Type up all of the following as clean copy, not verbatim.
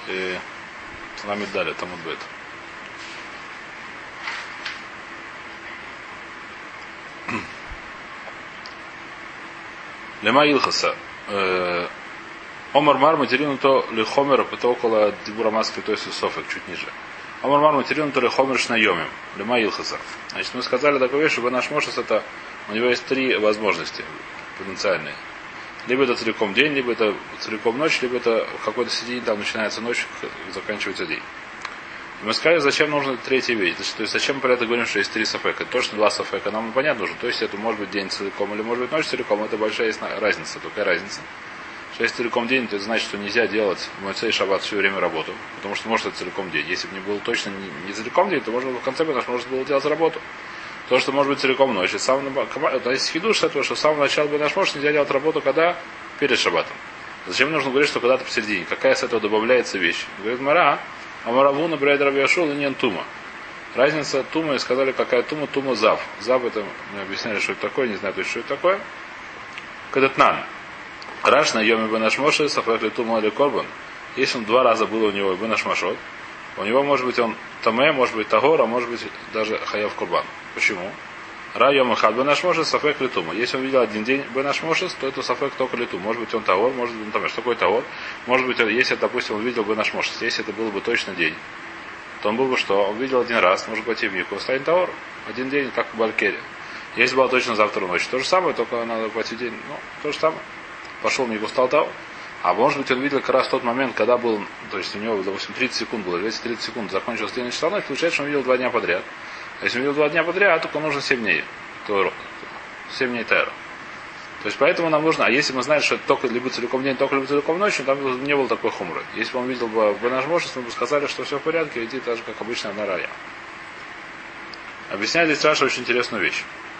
И с нами дали, там вот будет. Лема Илхаса. Омар Мар материну то лихомер, это около Дибура Маски, то есть Софек, чуть ниже. Омар Мар материну то лихомер шнайомим. Лема Илхаса. Значит, мы сказали такую вещь, что наш Мошес это, у него есть три возможности потенциальные. Либо это целиком день, либо это целиком ночь, либо это в какой-то середине, там начинается ночь, заканчивается день. И мы сказали, зачем нужна третья вещь. То есть зачем про это говорим, что есть три сафека. Точно два сафека нам понятно нужно. То есть это может быть день целиком или может быть ночь целиком. Это большая есть разница. Какая разница? Что если целиком день, то это значит, что нельзя делать Моцей и Шаббат все время работу. Потому что может это целиком день. Если бы не был точно не целиком день, то можно в конце наш может было делать работу. То, что может быть целиком ночь. То есть хидуш этого, что с самого начала бы наш может нельзя делать работу, когда перед Шаббатом. Зачем нужно говорить, что когда-то посередине? Какая с этого добавляется вещь? Говорит Мара, Амараву набирает Раби Ашул и не тума. Разница тума, и сказали, какая тума, тума зав. Зав это, мы объясняли, что это такое, не знаю, то есть, что это такое. Кадетнан. Раш на йоме бенашмоши, сафакли тума или корбан. Если он два раза было у него и бенашмашот, у него может быть он таме, может быть тагор, а может быть даже хаяв корбан. Почему? Ра йоме хад бенашмоши, сафакли тума. Если он видел один день бенашмоши, то это сафак только литу. Может быть он тагор, может быть он таме. Что такое тагор? Может быть, если, допустим, он видел бенашмоши, если это был бы точно день, то он был бы что? Он видел один раз, может пойти в Мику, станет тагор. Один день, как в Балькере. Если было точно завтра ночью, то же самое, только надо пойти день. Ну, то же самое. Пошел в Мику, стал тагор. А может быть он видел как раз тот момент, когда был, то есть у него, допустим, 30 секунд было, если 30 секунд закончилась длинная часа ночь, получается, что он видел 2 дня подряд. А если он видел 2 дня подряд, только нужно 7 дней. 7 дней тайра. То есть поэтому нам нужно, а если мы знаем, что это только либо целиком день, только либо целиком ночью, там не было такой хумры. Если бы он видел бы в Бенашмошес, мы бы сказали, что все в порядке, иди так же, как обычно на рая. Объясняет здесь Раша очень интересную вещь.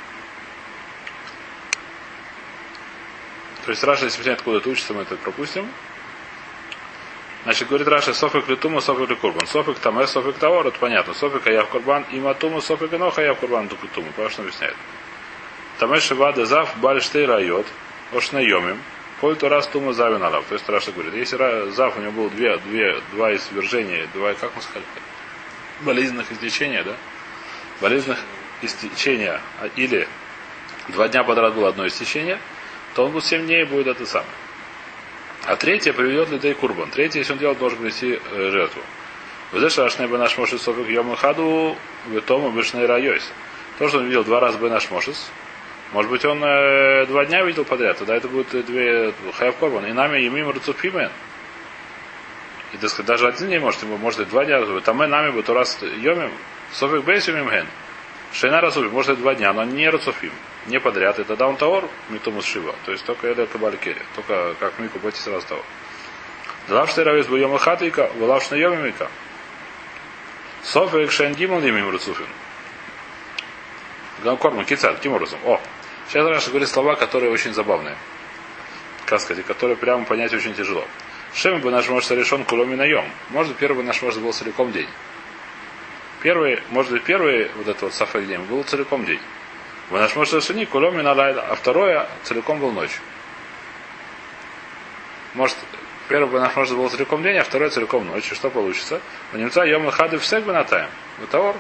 То есть Раша, если объясняет, откуда это учится, мы это пропустим. Значит, говорит Раша, софик литума, софик ликурбан. Софик таме, софик таор, это понятно. Софик аяв курбан, иматума, софик ино, аяв курбан, дукутума. Потому что он объясняет. Таме шивада зав, бальштей райот, ошнайомим, польту раз тума завин алав. То есть Раша говорит, если зав у него было два извержения, как мы сказали, болезненных истечения, да? Болезненных истечения, или 2 дня подряд было одно истечение, то он будет 7 дней будет это самое. А третье приведет ли курбан. Третье, если он делает, должен принести жертву. Везешашный бы наш мошес софик йома хаду, витому бешный райойс. То, что он видел 2 раза бы наш мошес, может быть, он 2 дня видел подряд, тогда это будет 2 хаяв корбан. И нами емим рацуфимен. И так сказать, даже 1 день может и 2 дня. Там мы нами бы то раз йомим, софик бейс юмим ген. Шейна рацуфим, может и 2 дня, но не рацуфим. Не подряд, и тогда он таор, митумус шива. То есть только это кабалькери. Только как мику пойти сразу таор. Далавшный равис бы йома хатыка, вылавшный йомимика. Софик шейн гимон лимим рацуфим. Гамкорма, кицар, каким образом? Сейчас Раша говорит слова, которые очень забавные. Как сказать, которые прямо понять очень тяжело. Шем бы наш может решен куломи наем. Может, первый наш может был целиком день. Может быть, первый вот этот вот сафек день был целиком день. В наш может решени куломи налайда, а второе целиком был ночь. Может, первый бы наш может был целиком день, а второе целиком ночь. Что получится? У немца йом хады всех бы натаем. Ватаор.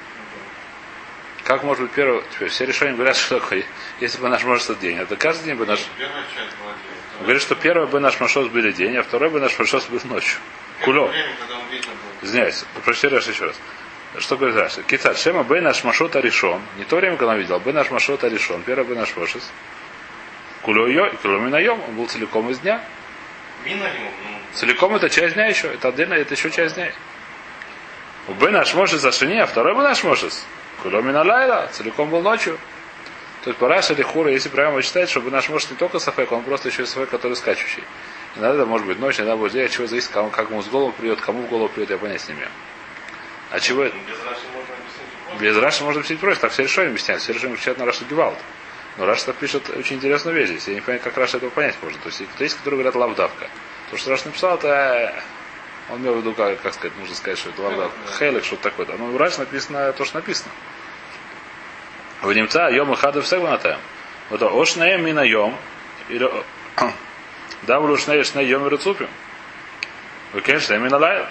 Как может быть первый? Теперь все решения говорят, что такое, если бы наш может день. Это каждый день бы наш. Говорит, что первый бы наш машос был день, а второй бы наш машос был ночью. Куло. Извиняюсь, прочти Раша еще раз. Что говорит Раша? Кицат шема бей наш машота решен. Не то время, когда он видел, бей наш машота решен. Первый бей наш машос. Куло ее и куло минаем. Он был целиком из дня. Целиком это часть дня еще. Это отдельно, это еще часть дня. Бей наш машос зашини, а второй бей наш машос. Куло миналайла. Целиком был ночью. То есть Параша или Хура, если прямо читать, чтобы наш может не только сафек, он просто еще и сафек, который скачущий. Иногда может быть ночь, иногда будет день, от чего зависит, как ему с голову придет, кому в голову придет, я понять не имею. А чего это? Без Раши можно объяснить просто. Так все решения объясняют. Все решения кричат на Раша Гевалд. Но Раша так пишет очень интересную вещь здесь. Я не понимаю, как Раша этого понять можно. То есть есть, которые говорят лавдавка. То, что Раша написал, это он имел в виду, как сказать, нужно сказать, что это лавдавка. Хелек, что-то такое. Но у Раши написано то, что написано. В немца йом и хады всех ванатаем. Вот ошнаем мина йом. Или давлю шней йом и рецупим. Вы, конечно, миналайла.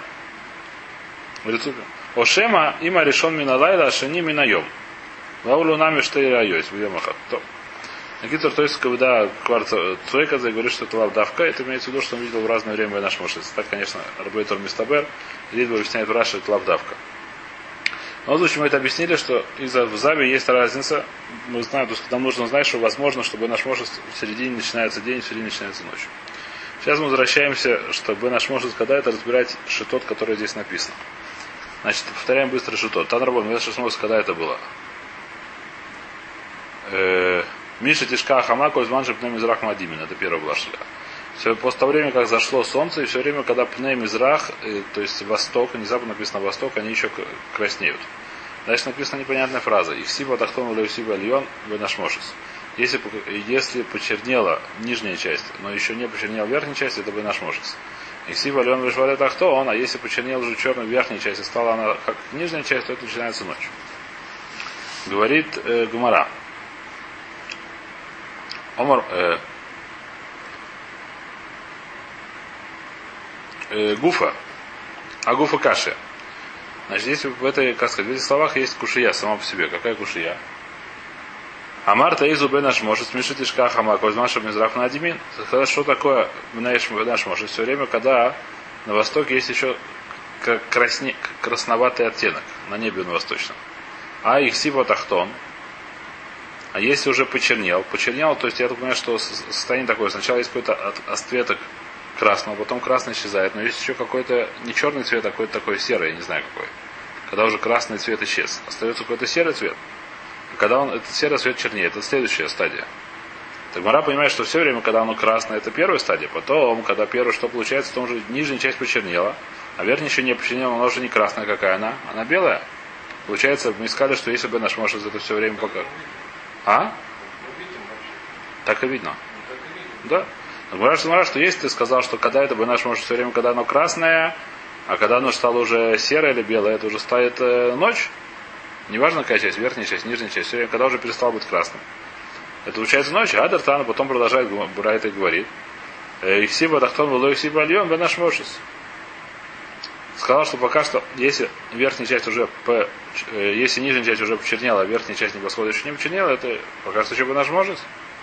Ошема има решен миналайла, ашени минайом. Лаулу нами что и райойс. Накитор, то есть, когда кварца Цойказа говорит, что это лавдавка, это имеется в виду, что он видел в разное время наш мошец. Так, конечно, Рабейтор Мистабер, Лидба объясняет в Раши, это лавдавка. Но в случае мы это объяснили, что из-за в Заве есть разница. Мы знаем, то есть нам нужно знать, что возможно, чтобы наш мошец в середине начинается день, в середине начинается ночь. Сейчас мы возвращаемся, чтобы наш мошец, когда это разбирать шитот, который здесь написан. Значит, повторяем быстро шитот. Танрабон, когда это было? Миша Тишка Хама Кользман Пней Мизрах Мадимин. Это первая была шля. Все после того времени, как зашло солнце, и все время, когда Пней Мизрах, то есть восток, внезапно написано восток, они еще краснеют. Дальше написана непонятная фраза. Ихсиба Тахтон Леусиба Альон Бенашмошис. Если почернела нижняя часть, но еще не почернела верхняя часть, это Бенашмошис. Ихсиба Альон Вишвале Тахтон, а если почернела уже черная верхняя часть, и стала она как нижняя часть, то это начинается ночь. Говорит Гумара. Омар Гуфа. А Гуфа каши. Значит, здесь в этой, как сказать, в этих словах есть кушия сама по себе. Какая кушия? Амар Таизу бен Ашмоши, смешите шках Амар, Кользмашев Мизрах на Адимин. Сказать, что такое Ашмоши? Все время, когда на востоке есть еще красноватый оттенок на небе на восточном. А их сива тахтон. А если уже почернел, то есть я так понимаю, что состояние такое, сначала есть какой-то отцветок красного, потом красный исчезает, но есть еще какой-то не черный цвет, а какой-то такой серый, я не знаю какой. Когда уже красный цвет исчез, остается какой-то серый цвет. И когда этот серый цвет чернеет, это следующая стадия. Так Мара понимает, что все время, когда оно красное, это первая стадия. Потом, когда первое, что получается, то уже нижняя часть почернела, а верхняя еще не почернела, она уже не красная, какая она, она белая. Получается, мы искали, что если бы наш может это все время пока. А? Так и видно. Да. Но что если ты сказал, что когда это бы наш может все время, когда оно красное, а когда оно стало уже серое или белое, это уже стоит ночь. Неважно какая часть, верхняя часть, нижняя часть, все время, когда уже перестало быть красным. Это получается ночь, а Дартана потом продолжает Бурайт и говорит. Ихсиба Дахтон Валой Ихсиба Альон Бен Ашмошис. Сказал, что пока что, если верхняя часть уже если нижняя часть уже почернела, а верхняя часть небосвода еще не почернела, это пока что еще бы наш может.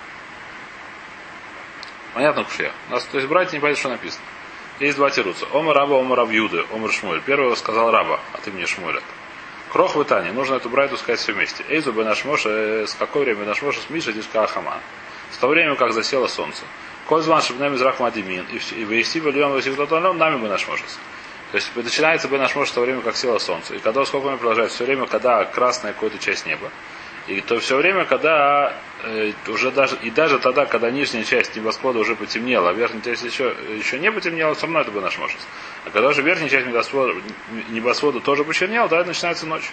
Понятно, кушья. У нас, то есть, братья не понятно, что написано. Есть два тируца. Омар Раба, Омар Равьюды, Омар Шмуэль. Первого сказал Раба, а ты мне Шмуэля. Крох в Итане. Нужно эту брайту сказать все вместе. Эйзу бен Ашмоша, с какое время бен Ашмоша с Миша Дишка Ахама. С того времени, как засело солнце. Кользван Шабнем из Рахмадимин. И вести Бальем Васивтатоном нами бен Ашмошес. То есть начинается бен Ашмош с того времени, как село солнце. И когда сколько время продолжается? Все время, когда красная какая-то часть неба. И то все время, когда уже даже тогда, когда нижняя часть небосвода уже потемнела, а верхняя часть еще не потемнела, все равно это бы наш может. А когда уже верхняя часть небосвода тоже почернела, тогда начинается ночь.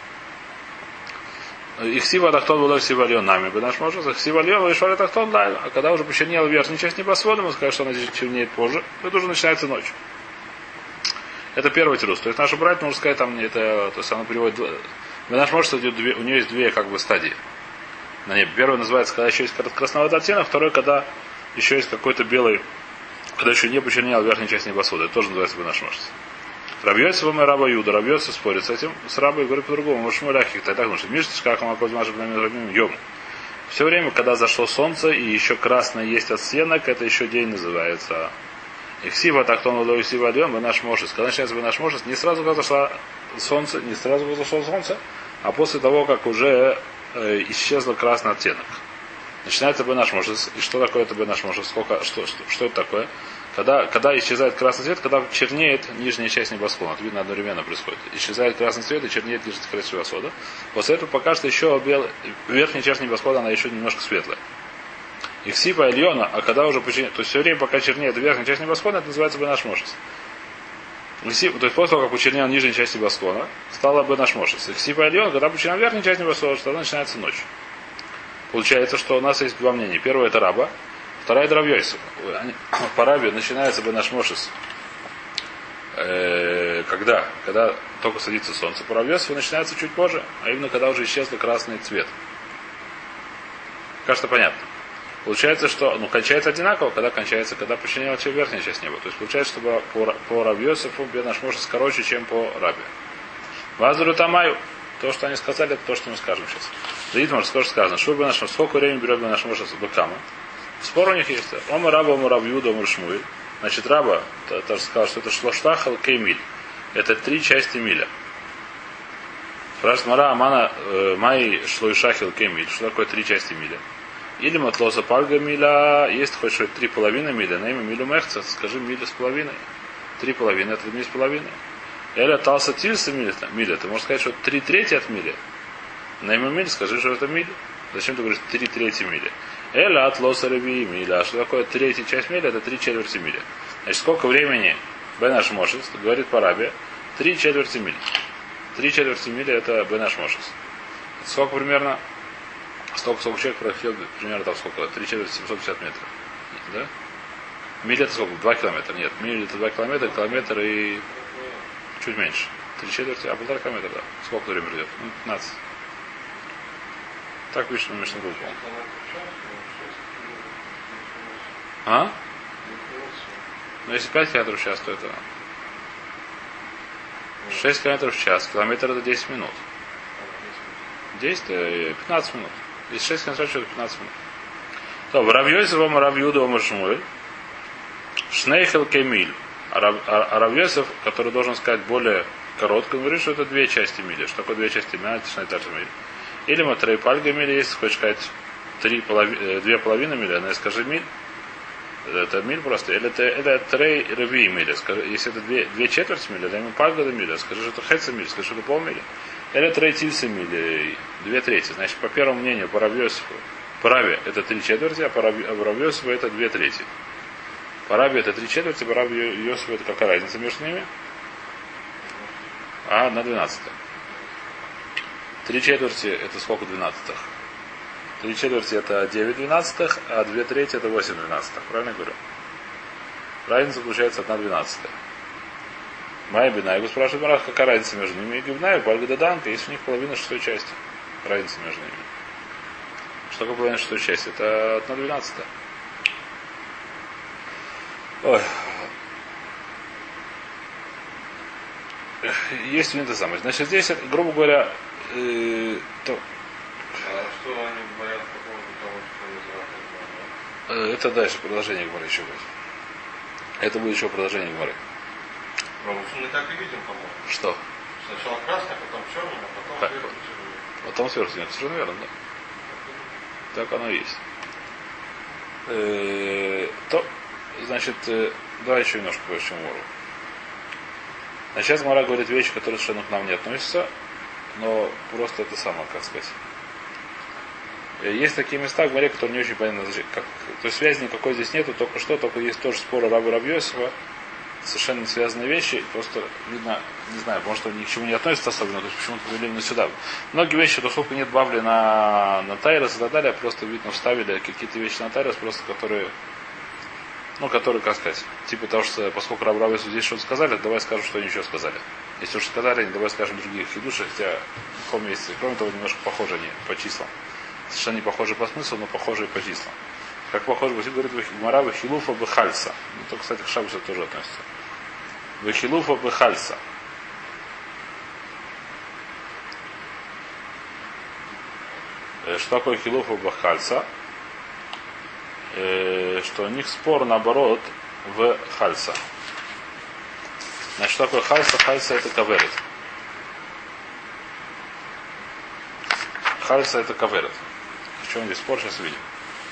Ихсива тахтон было сивальон нами бы наш может. Ихсивальон вышвали тахтон лайла. А когда уже почернела верхняя часть небосвода, мы скажем, что она чернеет позже, это уже начинается ночь. Это первый тирус. То есть наша братья, можно сказать, там это, то есть она приводит. Наш может, у нее есть две как бы стадии на небе. Первый называется, когда еще есть красноватый оттенок, второй, когда еще есть какой-то белый, когда еще не почернела верхняя часть небосвода. Это тоже называется наш может. Рабьется вам и Раба Юда. Рабьется спорит с этим, с Рабой говорит по-другому. Может, мы ляхих, так может. Мишь, как йом. Все время, когда зашло солнце и еще красный есть оттенок, это еще день называется. Ихсива так тон лой сива дем, наш может. Когда начинается наш может, не сразу когда зашло солнце, а после того, как уже исчезло красный оттенок. Начинается наш может. И что такое это наш может? Что это такое? Когда исчезает красный цвет, когда чернеет нижняя часть небосклона. Это видно одновременно происходит. Исчезает красный цвет и чернеет нижняя часть небосклона. После этого пока что еще верхняя часть небосклона, она еще немножко светлая. Ихсипа Ильона, а когда уже почернеет, то есть все время, пока чернеет верхняя часть небосклона, это называется бенаш мошес. То есть после того, как почернела нижняя часть небосклона, стала бенаш мошес. Ихсипа Ильона, когда почернела верхняя часть небосклона, тогда начинается ночь. Получается, что у нас есть два мнения. Первое это Раба, вторая это Равьёйсов. По Рабе начинается бенаш мошес. Когда только садится солнце. По Равьёйсову начинается чуть позже, а именно когда уже исчез красный цвет. Кажется, понятно. Получается, что кончается одинаково, когда подчиняла тебе верхняя часть неба. То есть получается, что по Рав Йосефу бен Ашмошес короче, чем по Рабе. Вазуру Тамаю. То, что они сказали, это то, что мы скажем сейчас. Дитмар, сколько сказано, что бен Ашмошес, сколько времени берет бен Ашмошес Бакама. Спор у них есть. Ома Раба, Ома Рав Юда, Ома Шмуэль. Значит, Раба тоже сказал, что это шлоштахал кеймиль. Это 3 части миля. Спрашивает Мара, Амана Май шлойшахил кеймиль. Что такое 3 части миля? Или матлоса пальга миля, есть хочешь 3,5 миля, на имя милю мехца, скажи миля с половиной. 3,5 это миль с половиной. Или талса тильса миля, ты можешь сказать, что 3/3 от мили. На имя миль, скажи, что это миль. Зачем ты говоришь 3/3 мили? Эля от лоса реви миля. А что такое 1/3 часть мили? Это 3/4 мили. Значит, сколько времени Бен Ашмошес говорит по Рабе? 3/4 мили. 3/4 мили это Бен Ашмошес. Сколько примерно? Сколько человек проехал, примерно там сколько? 3/4 750 метров. Да? Миль это сколько? 2 километра. Нет, миль это 2 километра, километр и чуть меньше. 3/4, 1,5 километра, да. Сколько время придет? 15. Так пишет на Мишнабу, по-моему. А? Ну, если 5 километров в час, то это 6 километров в час. Километр это 10 минут. 10 15 минут. Если 6 километров в час, это 15 минут. То, Рав Йосеф, Рав Юда, Ома Шмуэль. Шнейхел Кемиль. А Рав Йосеф, который должен сказать более коротко, говорит, что это 2 части мили. Что такое 2 части мили? Это миль. Или матрей пальга мили, если хочешь сказать 2,5 мили, она скажи миль. Это миль просто. Или это трей реви мили. Если это 2/4 мили, это ему пальга мили. Скажи, что это хэца миль, скажи, что это полмили. Или трей тильса мили, 2/3. Значит, по первому мнению, по Рав Йосефу, по Раве это 3/4, а по Рав Йосефу это 2/3. По Рабе это 3/4, по Рабе Йосифу это какая разница между ними? А, 1/12. 3/4 это сколько 12-х? 3/4 это 9/12, а 2/3 это 8/12. Правильно я говорю? Разница получается 1/12. Майя Бинайгу спрашивает Марах, какая разница между ними и Гибнаю, Бальгададанка, есть у них половина 6 части. Разница между ними. Что такое половина 6 части? Это 1/12. Ой. Есть не то самое. Значит, здесь, грубо говоря, то... А что они говорят по поводу того, что называют? Это дальше продолжение Гмары еще будет. Это будет еще продолжение Гмары. Мы так и видим, по-моему. Что? Сначала красный, потом черный, а потом сверху черный. Потом сверху нет. Совершенно верно, да. Так оно и есть. То, значит, давай еще немножко кое-чему Гмару. Значит, сейчас Гмара говорит вещи, которые совершенно к нам не относятся, но просто это самое, как сказать. Есть такие места в Гмаре, которые не очень понятно, как, то есть связи никакой здесь нету, только есть тоже спор Раба Рав Йосефа, совершенно не связанные вещи, просто видно, не знаю, потому что ни к чему не относятся особенно, то есть почему-то привели именно сюда. Многие вещи, поскольку нет бавли на Тайрос и так далее, просто видно вставили какие-то вещи на Тайрос, просто которые, которые, как сказать, типа того, что поскольку Рав Йосеф здесь что-то сказали, давай скажем, что они еще сказали. Если уж сказали, давай скажем других хидушах, хотя в каком месте, кроме того, немножко похожи они по числам. Совершенно не похожи по смыслу, но похожи по числам. Как похоже, говорит Гмара Вахилуфа Бехальса. То, кстати, к Шабусу тоже относится. Вахилуфа Бехальса. Что такое Хилуфа Бехальса? Что у них спор наоборот в Хальса. Значит, что такое Хальса? Хальса это каверет. Хальса это каверет. В чем здесь спор, сейчас увидим.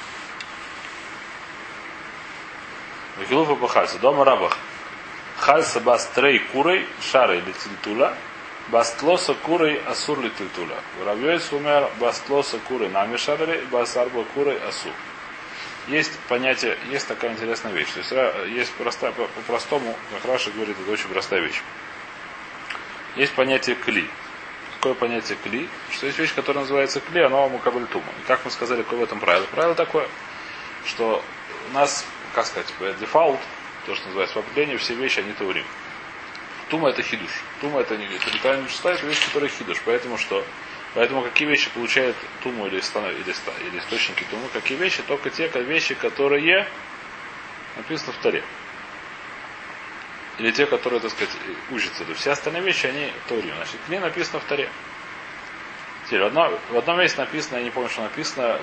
Вахилуфа Бехальса. Дома рабах. Хальса бастрей курой шары или тильтула. Бастлоса курой асур ли тильтула. Рав умер бастлоса курой нами шарили, басарба курой асур. Есть понятие, есть такая интересная вещь. То есть есть простая, по-простому, как Раша говорит, это очень простая вещь. Есть понятие кли. Какое понятие кли? Что есть вещь, которая называется кли, оно мукабль тума. И как мы сказали, какое в этом правило? Правило такое, что у нас, как сказать, дефаулт, то, что называется в определении, все вещи, они таурим. Тума это хидуш. Тума это не неправильная чистота, это вещь, которая хидуш. Поэтому что Поэтому какие вещи получают туму или источники тумы, какие вещи, только те вещи, которые написаны в Торе. Или те, которые, так сказать, учатся. То все остальные вещи, они Торию. Значит, кли написано в Торе. Теперь, в одном месте написано, я не помню, что написано,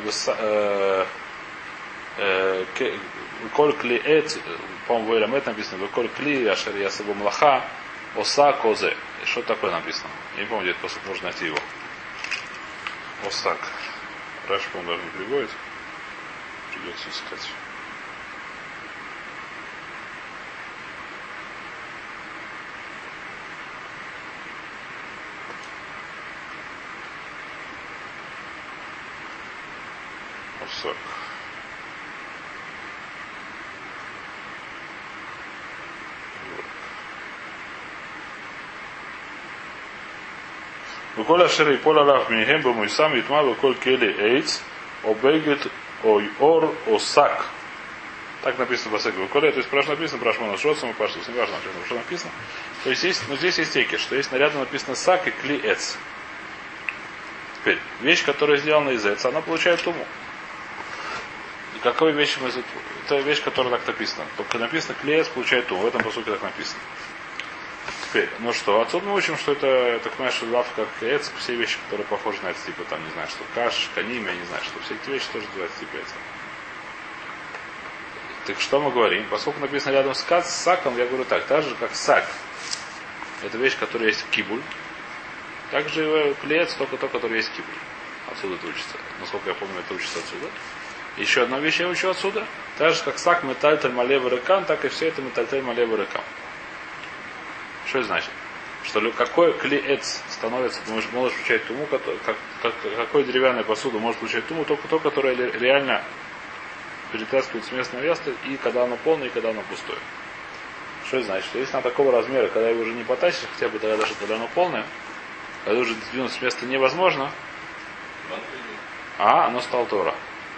Коль кли эт, по-моему, в Эйрамет написано, Коль кли, ашер ясабу млаха, оса козе. Что такое написано? Я не помню, где это посуд, можно найти его. Осак. Раш, по-моему, даже не приводит. Придется искать. Осак. Выколь ашер и поля лав минихем бы мой сам итма выколь кели эйц обегет ой ор осак. Так написано в Асеке Выколе. То есть прошло написано, прошло на шоцам и прошло. Не важно, что написано. То есть есть, но здесь есть теки, что есть нарядно написано сак и кли эц. Теперь, вещь, которая сделана из эца, она получает туму. И какой вещь мы... Это вещь, которая так написана. Только написано кли эц получает туму. В этом по сути так написано. Теперь, ну что, отсюда мы учим, что это, так понимаешь, лав как эц, все вещи, которые похожи на это, типа там, не знаю, что каш, каним, я не знаю, что все эти вещи тоже называются типа эца. Так что мы говорим? Поскольку написано рядом с саком, я говорю так же, как сак. Это вещь, которая есть в кибуль. Также клеец, только то, который есть в кибуль. Отсюда это учится. Насколько я помню, это учится отсюда. Еще одна вещь я учу отсюда. Так же, как сак метальтель малевый рекам, так и все это метальтель малевый рекам. Что это значит? Что какой клеец становится, можешь получать туму, какой деревянная посуда может получать туму, только то, которое реально перетаскивают с местного места, и когда оно полное, и когда оно пустое. Что это значит? Что если она такого размера, когда его уже не потащишь, хотя бы тогда даже когда оно полное, когда уже сдвинуть с места невозможно, оно стало Тора.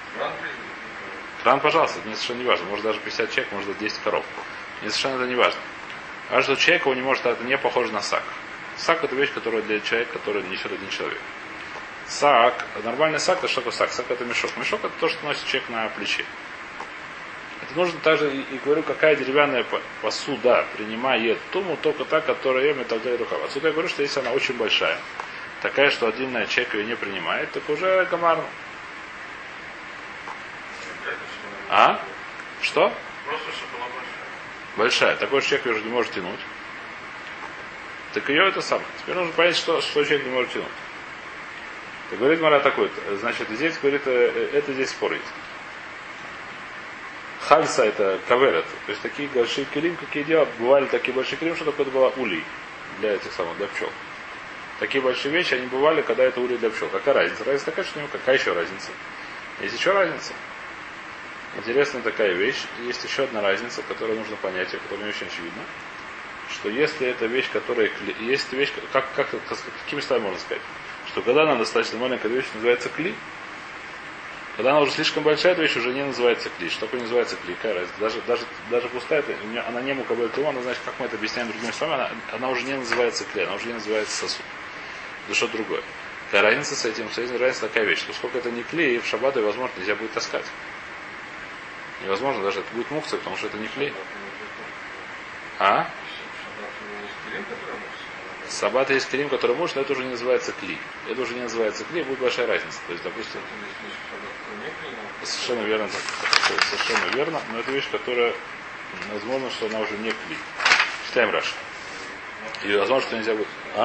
Кран, пожалуйста, это не совершенно не важно. Может даже 50 человек, может даже 10 коров. Не совершенно это не важно. А что человек его не может, это не похоже на сак. Сак это вещь, которая для человека, который несет один человек. Сак, нормальный сак, это что такое сак? Сак это мешок. Мешок это то, что носит человек на плече. Это нужно также, и говорю, какая деревянная посуда принимает туму, только та, которая ее металлдей рукава. Отсюда я говорю, что если она очень большая, такая, что отдельный человек ее не принимает, так уже гамарно. Что? Просто, чтобы была большая. Такой человек ее уже не может тянуть. Так ее это самое. Теперь нужно понять, что человек не может тянуть. Так говорит Мара такой, значит, здесь говорит, это здесь спор есть. Хальса это каверет. То есть такие большие килим, какие делают, бывали такие большие килим, что такое это была улей для этих самых, для пчел. Такие большие вещи, они бывали, когда это улей для пчел. Какая разница? Разница такая, что какая еще разница? Есть еще разница. Интересная такая вещь. Есть еще одна разница, которую нужно понять, которая не очень очевидна. Что если это вещь, которая... Есть вещь, какими словами можно сказать? Что когда она достаточно маленькая вещь, называется кли. Когда она уже слишком большая, эта вещь уже не называется кли. Что такое называется кли? Какая разница? Даже пустая, она не мукабель тума, она, значит, как мы это объясняем другими словами, она уже не называется кли, она уже не называется сосуд. Это что-то другое. Какая разница с этим? Разница такая вещь, что сколько это не кли, и в шаббат ее, возможно, нельзя будет таскать. Невозможно, даже это будет мукция, потому что это не клей. Саббат есть клим, который может, но это уже не называется кли. Это уже не называется кли, будет большая разница. То есть, допустим, совершенно верно, совершенно верно, но это вещь, которая, возможно, что она уже не кли. Читаем Раш. И возможно, что нельзя будет.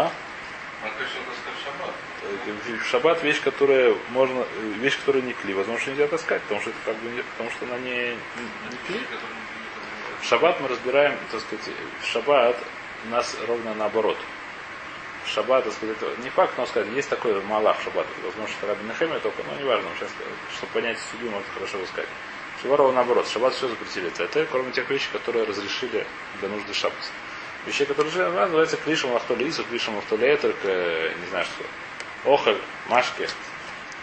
В шаббат вещь, которая можно, вещь, которая не кли, возможно, что нельзя таскать, потому что это как бы потому что она не кли. В шаббат мы разбираем, так сказать, в шаббат у нас ровно наоборот. В шаббат, так сказать, это не факт, но сказать, есть такой малах в шаббат. Возможно, что Раби Нехемия только, но неважно, сейчас, чтобы понять судью, можно хорошо сказать. Шаббат ровно наоборот. В шаббат все запретили. Это кроме тех вещей, которые разрешили для нужды шаббата. Вещи, которые называются клишем лахтолису, клишем лахтолетер, не знаю что. Охаль, машки.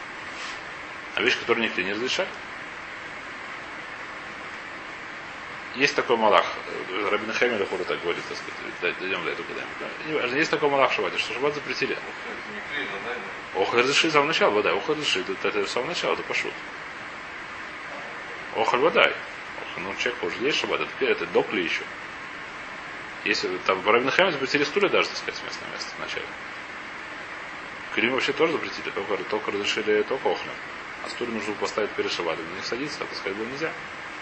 А вещи, которые никто не разрешали. есть такой малах. Рабин Хемель Хура так говорит, так сказать. Дойдем до этого когда-нибудь. Есть такой малах в шаббате, что шаббат запретили. Ох, разрешили с самого начала, вода. Ох, разрешили. Это с самого начала, это пошут. Ох, водай. Ну, человек уже есть шаббат, а теперь это докли еще. Если там в Рабин Хемель запретили стулья даже, так сказать, с места на место вначале. Крим вообще тоже запретили, только разрешили только охлем. А стулья нужно поставить перед шаббатом. На них садиться, а так сказать, было нельзя.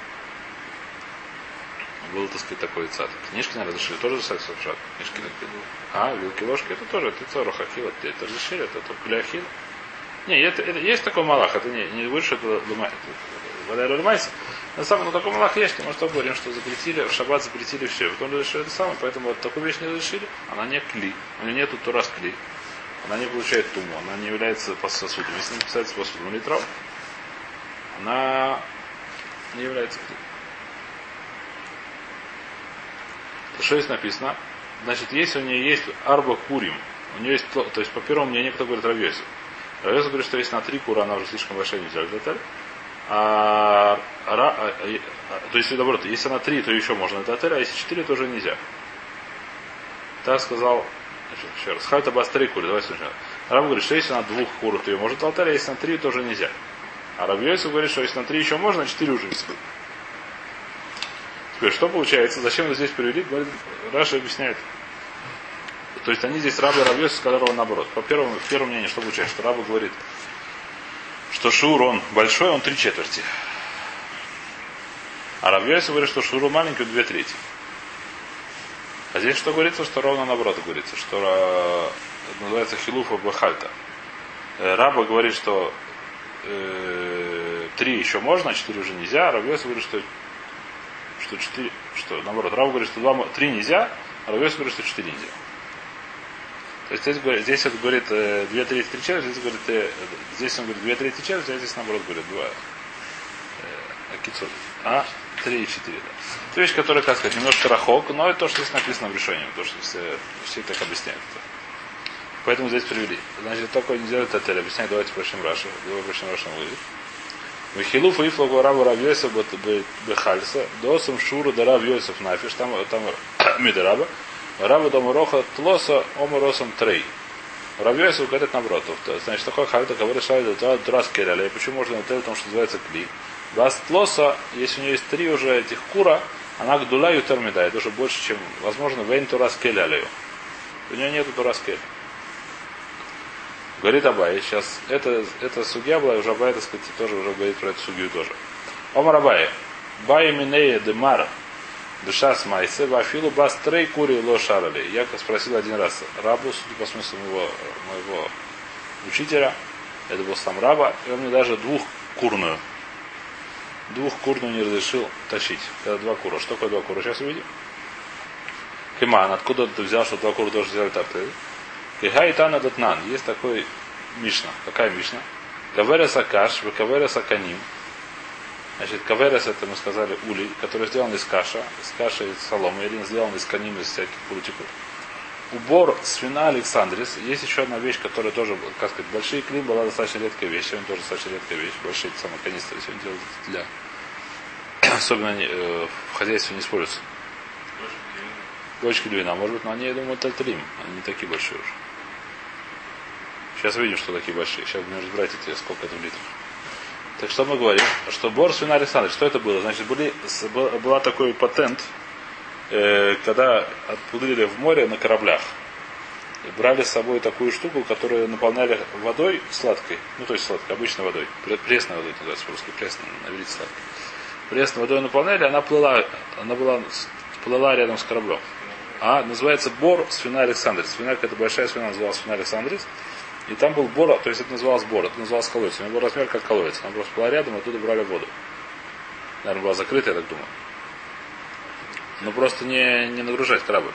Был, так сказать, такой цад. Книжки, наверное, разрешили тоже записать в шаббат. Книжки, вилки, ложки, это тоже, это цорох ахил, это разрешили, это только для ахил. Не, это есть такой малах, это не выше, это лумайся. На самом деле, такой малах есть, мы что говорим, что запретили, в шаббат запретили все. Потом разрешили это самое, поэтому вот такую вещь не разрешили, она не кли. У нее нету турас кли. Она не получает туму, она не является сосудом. Если не писать сосудом литров, она не является кли. Что здесь написано? Значит, если у нее есть арба курим, у нее есть, то есть по первому мнению, кто говорит Равьёсиф. Равьёсиф говорит, что если на 3 кура, она уже слишком большая, нельзя деталь. То есть, наоборот, если на 3, то еще можно это отель, а если 4, то уже нельзя. Так сказал, еще раз, хайта бас 3 куры, давайте сначала. Раб говорит, что если на 2 курах, то ее может алтарь, а если на 3, то уже нельзя. А Равьёсиф говорит, что если на 3 еще можно, на 4 уже нельзя. Теперь, что получается? Зачем это здесь привели? Говорит, Раша объясняет. То есть они здесь рабы Равьёсиф, с которого наоборот. По первому мнению, что получается? Что Раба говорит, что шур он большой, он 3/4. А Равьёсиф говорит, что шур маленький, 2/3. А здесь что говорится? Что ровно наоборот говорится. Что это называется хилуфа бахальта. Раба говорит, что 3 еще можно, а 4 уже нельзя. А Равьёсиф говорит, что 4, что наоборот, Рав говорит, что 3 нельзя, а Равьёсиф говорит, что 4 нельзя. То есть здесь он говорит 2/3, 3/4, здесь говорит, здесь он говорит 2/3, 4, а здесь наоборот говорит 2. А 3 и 4, да. Это вещь, которая, как сказать, немножко рахок, но это то, что здесь написано в решении, то, что все так объясняют. Поэтому здесь привели. Значит, только не делают отель. Объясняют, давайте прочим Раши. Давайте прочим Раши говорит. Вихилуф и флагу Рава Равьёсиф бехальса, досом шуру да Равьёсиф нафиш, там мидраба, Рава домороха тлоса оморосом трей. Равьёсиф говорит наоборот. Значит, такой хальта, говорит, что это раз келяля. И почему можно на потому что называется кли. Вас тлоса, если у нее есть 3 уже этих кура, она гдула ютер медает, уже больше, чем, возможно, вейн турас келяля. У нее нету турас келя. Говорит Абай, сейчас это судья была, уже Абай, так сказать, тоже уже говорит про эту судью тоже. Омар Абай, Бай минея демар, душа с майсе, вафилу бас трей кури ло шарали. Я спросил один раз рабу, судя по смыслу моего учителя, это был сам раба, и он мне даже двухкурную не разрешил тащить. Когда 2 кура. Что такое 2 кура? Сейчас увидим. Химан, откуда ты взял, что 2 кура тоже взяли тарты? Кихай Тана Датнан. Есть такой Мишна. Какая Мишна? Каверес Акаш, Каверес Аканим. Значит, Каверес это мы сказали улей, который сделан из каши из соломы, или сделан из каним, из всяких прутиков. Убор свина Александрис. Есть еще одна вещь, которая тоже, как сказать, большие клим была достаточно редкая вещь. Сегодня тоже достаточно редкая вещь. Большие самые канистры сегодня делают для особенно в хозяйстве не используются. Бочки для вина, может быть, но они, я думаю, это трим. Они не такие большие уже. Сейчас увидим, что такие большие. Сейчас будем разбирать эти, сколько это в литрах. Так что мы говорим? Что бор свина Александр, что это было? Значит, была такой патент, когда отплыли в море на кораблях. И брали с собой такую штуку, которую наполняли водой сладкой. Ну, то есть сладкой, обычной водой. Пресной водой называется по-русски. Пресной, наверное, сладкой. Пресной водой наполняли, она плыла рядом с кораблем. Называется бор свина Александрис. Свина, какая-то большая свина, называлась свина Александрис. И там был бор, то есть это называлось бор, это называлось колодец. У него был размер как колодец. Она просто была рядом, оттуда брали воду. Наверное, была закрыта, я так думаю. Но просто не нагружать корабль.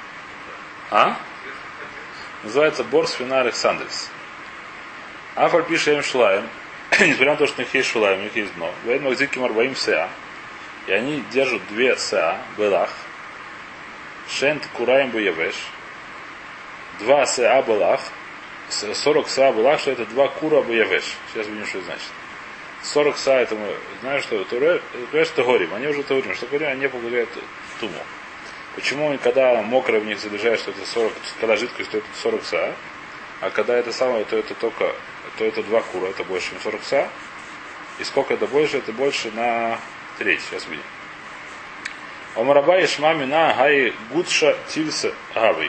Называется бор свина Александрис. Афаль пишет им шлаем. Несмотря на то, что у них есть шулаем, у них есть дно. Вейн магдзики марбаим сеа. И они держат 2 сеа, белах. Шент кураем буевеш. 2 сеа белах. 40 сеа белах, что это 2 кура буевеш. Сейчас видим, что это значит. 40 са, это мы знаем, что Туре, говорят, что горим. Они уже говорим, что говорим, они не погубляют туму. Почему, когда мокрое в них забежает, что это 40, когда жидкость, то это 40 са, а когда это самое, то это только, то это 2 кура, это больше, чем 40 са. И сколько это больше на треть. Сейчас видим. Омарабай шмами на гай гудша тильса гавой.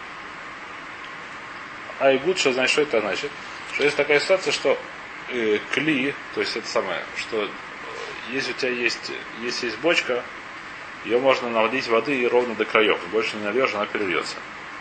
Ай гудша, значит, что это значит? Что есть такая ситуация, что кли, то есть это самое, что если у тебя есть бочка, ее можно налить воды и ровно до краев. Больше не нальешь, она перельется.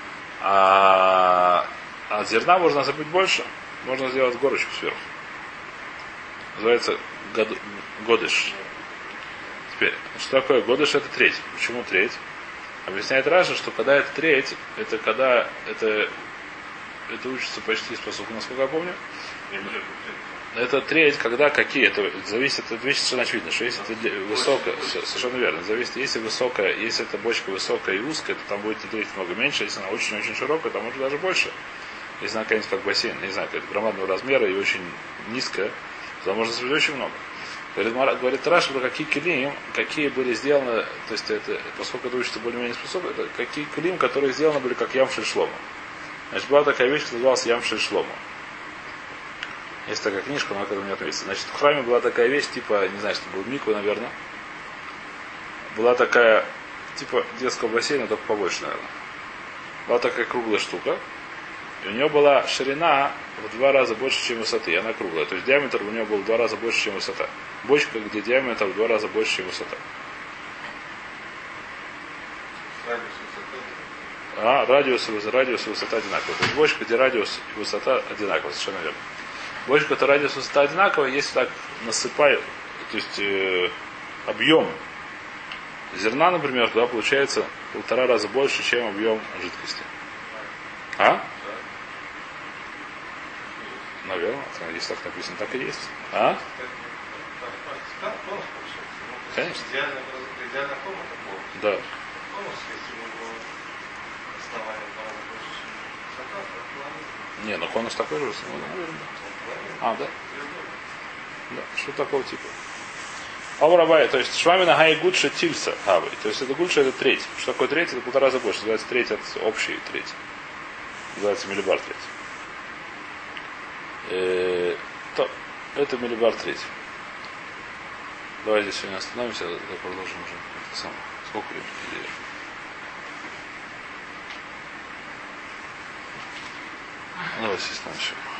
А от зерна можно насыпать больше, можно сделать горочку сверху. Называется годыш. Теперь, что такое годыш? Это треть. Почему треть? Объясняет Раша, что когда это треть, это когда это учится почти с посылкой, насколько я помню. Это треть, когда какие, это зависит от вещи совершенно очевидно, что если это высокая, совершенно верно, зависит, если высокая, если эта бочка высокая и узкая, то там будет треть много меньше, если она очень-очень широкая, то может даже больше. Если она, конечно, как бассейн, не знаю, какая-то громадного размера и очень низкая, то можно собрать очень много. Говорит Раш, про какие килим, какие были сделаны, то есть это, поскольку это учится более-менее способно, это какие килим, которые сделаны были как ямшель шлома. Значит, была такая вещь, которая называлась ямшель шлома. Есть такая книжка, но к этому не относится. Значит, в храме была такая вещь, типа, не знаю, что был миква, наверное. Была такая, типа детского бассейна, только побольше, наверное. Была такая круглая штука. И у нее была ширина в 2 раза больше, чем высоты. И она круглая. То есть диаметр у нее был в 2 раза больше, чем высота. Бочка, где диаметр в 2 раза больше, чем высота. Радиус и высота одинаковые. То есть бочка, где радиус и высота одинаковые, совершенно верно. Бочка, которая радиус и высота одинаковая, если так насыпаю, то есть объем зерна, например, туда получается 1,5 раза больше, чем объем жидкости. А? Наверное, если так написано, так и есть. А? Конечно. Да. Не, ну конус такой же, наверное. Да? Да, что такого типа. Аурабай, то есть швамина гай гудша тильса гавы. То есть это гудша, это треть. Что такое треть? Это 1,5 раза больше. Называется треть от общей треть. Называется миллибар треть. То, это миллибар треть. Давай здесь сегодня остановимся, продолжим уже. Это самое. Сколько времени? Давай здесь начнем.